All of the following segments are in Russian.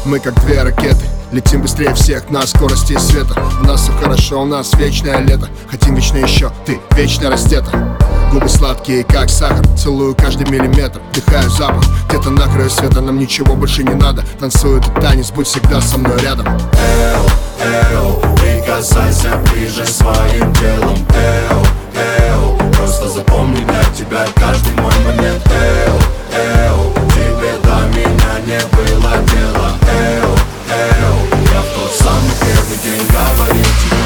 Мы как две ракеты, летим быстрее всех на скорости света. У нас все хорошо, у нас вечное лето. Хотим вечно еще, ты вечно раздета. Губы сладкие, как сахар, целую каждый миллиметр. Вдыхаю запах, где-то на краю света. Нам ничего больше не надо. Танцую этот танец, будь всегда со мной рядом. Эу, эу, прикасайся ближе своим телом. Эу, эу, просто запомни для тебя каждый мой момент. Эу, эу, тебе до меня не было дела. Эу, эу, я в тот самый первый день говорил тебе.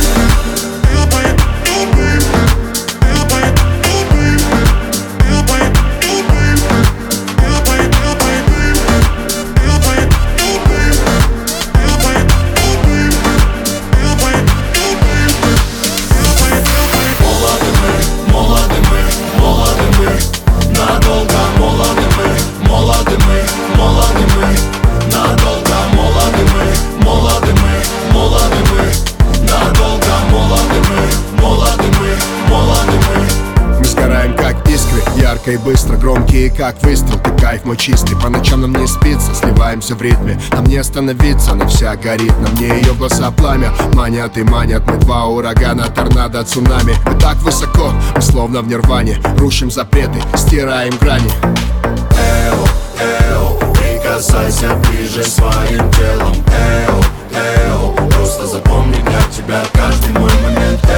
И быстро, громкие как выстрел. Ты кайф мой чистый, по ночам нам не спится. Сливаемся в ритме, нам не остановиться. Она вся горит, на мне ее глаза пламя. Манят и манят, мы два урагана, торнадо, цунами. Мы так высоко, мы словно в нирване. Рушим запреты, стираем грани. Эу, эу, прикасайся ближе своим телом. Эу, эу, просто запомни для тебя каждый мой момент.